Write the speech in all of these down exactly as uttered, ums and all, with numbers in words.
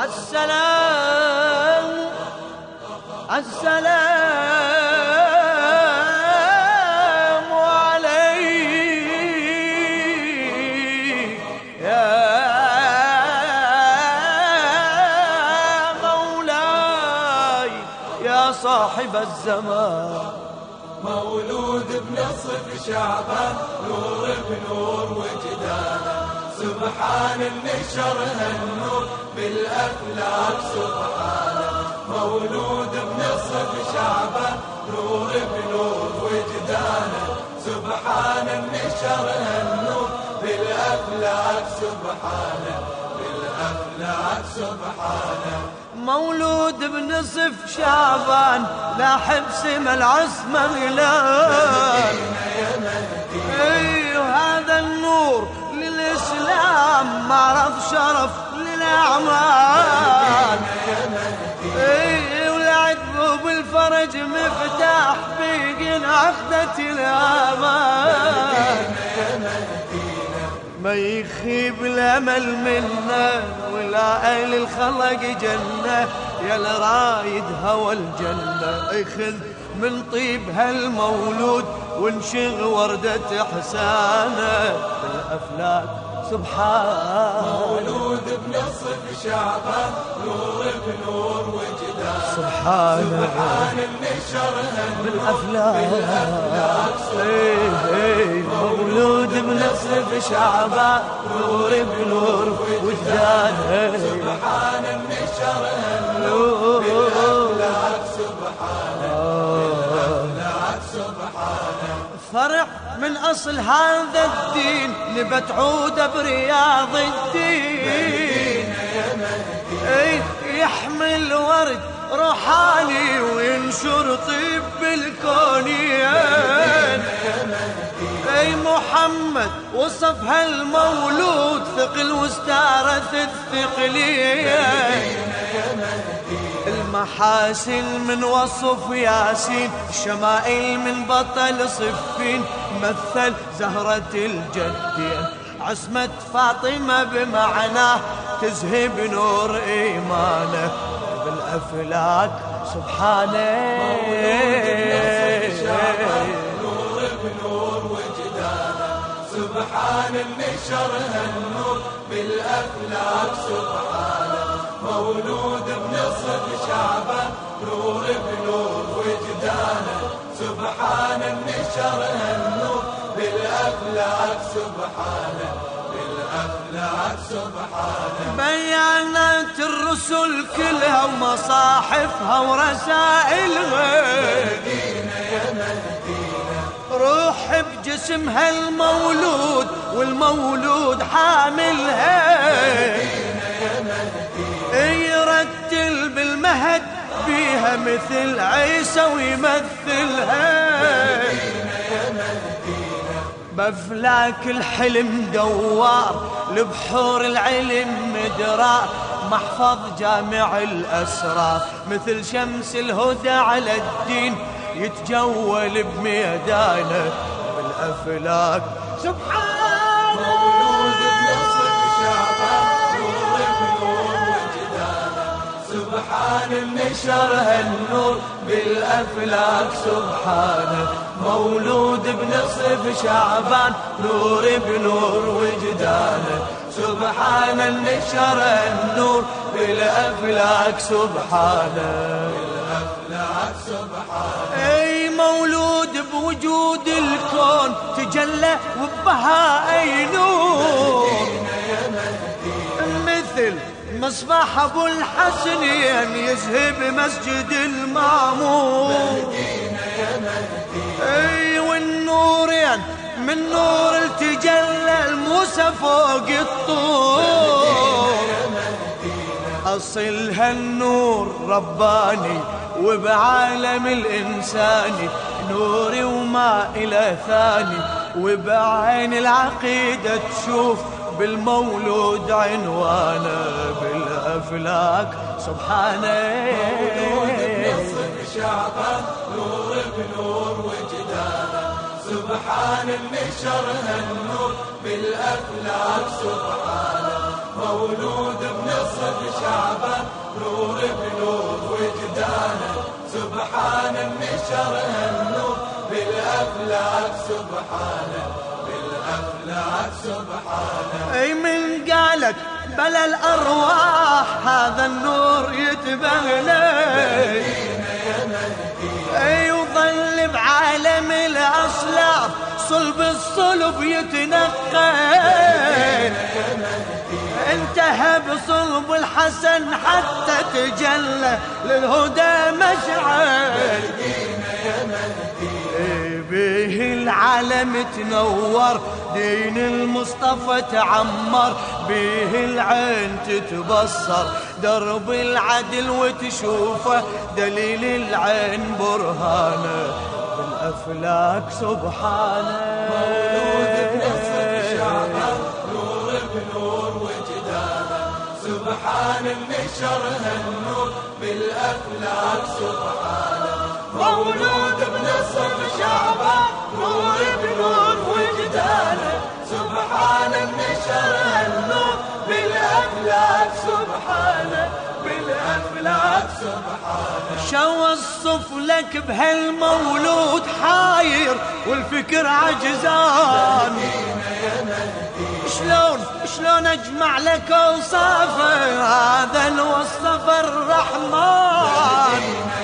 السلام السلام عليك يا مولاي يا صاحب الزمان. مولود بنصف شعبان نور بنور وجدانه، سبحان النشر هالنور بالأفلاك سبحانه. مولود بنصف شعبان نور بنور وجدانه، سبحان النشر هالنور بالأفلاك سبحانه، بالأفلاك سبحانه. مولود بنصف شعبان لاحب سما العصمة غلان، ايوه هذا النور للإسلام معرض شرف للأعمال، ايوه والعتب بالفرج مفتاح بيقن عقدة الآمال. ما يخيب الأمل منا ولا أهل الخلق جنة، يا الرايد هوى الجنة اخذ من طيب هالمولود وانشغ وردة إحسانه بالأفلاك سبحانه. مولود بنصف شعبان نور بنور وجدان، سبحانه سبحان النشر بالأفلاك. ايه ايه مولود بنصف شعبان نور بنور وجدانه، سبحان النشر بالأفلاك سبحانه، بالأفلاك سبحانه. فرع من أصل هذا الدين نبت عودة برياض الدين، اي يحمل ورد روحاني وينشر طيب بالكونين. اي محمد وصف هالمولود ثقل واستارث الثقلين، المحاسن من وصف ياسين، الشمائل من بطل صفين، مثل زهرة الجدين عصمة فاطمة بمعناه تزهب نور إيمانه بالأفلاك سبحانه. نور بنور وجدانه، سبحان النشر هالنور بالأفلاك سبحانه. مولود بنصف شعبان نور بنور وجدانه، سبحان النشر هالنور بالأفلاك سبحانه، بالأفلاك سبحانه. بيانات الرسل كلها ومصاحفها ورسائلها، مهدينا يا مهدينا روح بجسمها المولود والمولود حاملها، مهدينا يا مهدينا يرتل بالمهد بيها مثل عيسى ويمثلها، مهدينا يا مهدينا بفلاك الحلم دوار لبحور العلم مدرار، محفظ جامع الأسرار مثل شمس الهدى على الدين يتجول بميدانه بالأفلاك سبحانه. مولود بنصف شعبان نور بنور وجدانه، سبحان النشر هالنور بالأفلاك سبحانه. مولود بنصف شعبان نور بنور وجدانه، سبحان النشر النور بالأفلاك سبحانه، بالأفلاك سبحانه. اي مولود بوجود الكون تجلى وبها اي نور، مثل مصباح ابو الحسنين يزهب مسجد المعمور، اي والنورين من نور التجلى الموسى فوق الطور، أصل هالنور رباني وبعالم الإنساني نوري وما إلى ثاني، وبعين العقيدة تشوف بالمولود عنوانه بالأفلاك سبحانه. مولود بنصف شعبان نور بنور وجدانه، سبحان النشر هالنور بالأفلاك سبحانه. مولود بنصف شعبه نور بنور وجدانه سبحان النشر هالنور بالأفلاك سبحانه بالأفلاك سبحانه. اي من قالك بلا الأرواح هذا النور يتبهلى اي وظل بعالم الأصلاف صلب الصلب يتنقل انتهى بصلب الحسن حتى تجلى للهدى مشعل به العالم تنور دين المصطفى تعمر به العين تتبصر درب العدل وتشوفه دليل العين برهانه بالأفلاك سبحانه. مولود بنصف شعبه نور بنور وجدانه سبحان النشر هالنور بالأفلاك سبحانه. مولود بنصف شعبه نور بنور وجدانه سبحان النشر هالنور بالأفلاك سبحانه بالأفلاك سبحانه. شو الصف لك بهالمولود حاير والفكر عجزان شلون شلون اجمع لك اوصافه هذا الوصف الرحمن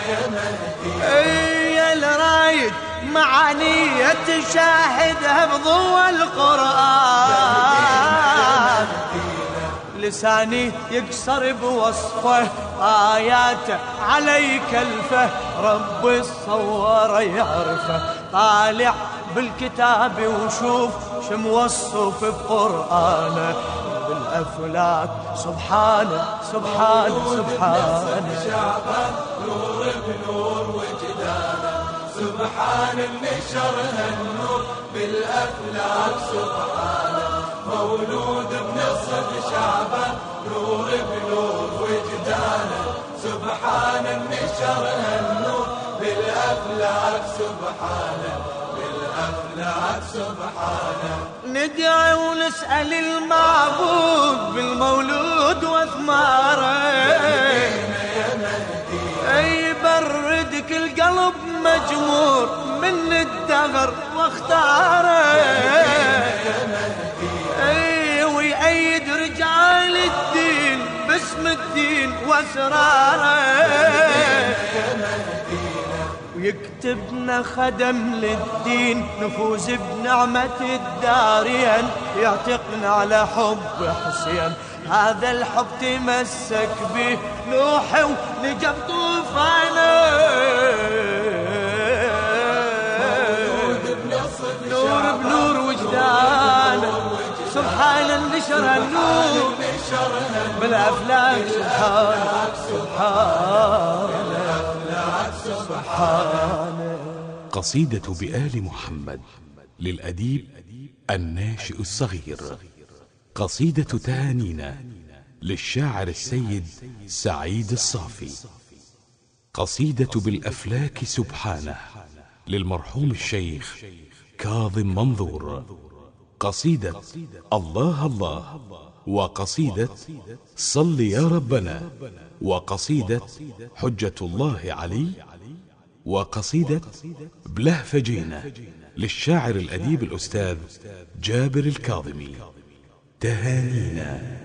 اي الرايد معاني تشاهدها بضوء القرآن لساني يكسر بوصفه آياته علي كلفه رب الصور يعرفه طالع بالكتاب وشوف شموصف بقرآنه بالأفلاك سبحانه سبحانه سبحانه. شعبه نور بنور وجدانه سبحان النشر هالنور بالأفلاك سبحانه. مولود بنصف شعبه نور بنور وجدانه سبحان النشر هالنور بالأفلاك سبحانه بالأفلاك سبحانه. ندعي ونسأل المعبود بالمولود وثماره اي يبردك القلب مجمور من الدهر واختاره اي ويأيد رجال الدين باسم الدين واسراره ويكتبنا خدم للدين نفوز بنعمة الدارين يعتقنا على حب حسين هذا الحب تمسك به نوح ونجب طوفانه نور بنور وجدانه سبحان النشر النور بالأفلاك سبحانه سبحانه سبحانه. قصيدة بآل محمد للأديب الناشئ الصغير قصيدة تهانينا للشاعر السيد سعيد الصافي قصيدة بالأفلاك سبحانه للمرحوم الشيخ كاظم منظور قصيدة الله الله وقصيدة صل يا ربنا وقصيدة حجة الله علي وقصيدة بلهفة جينا للشاعر الأديب الأستاذ جابر الكاظمي. تهانينا.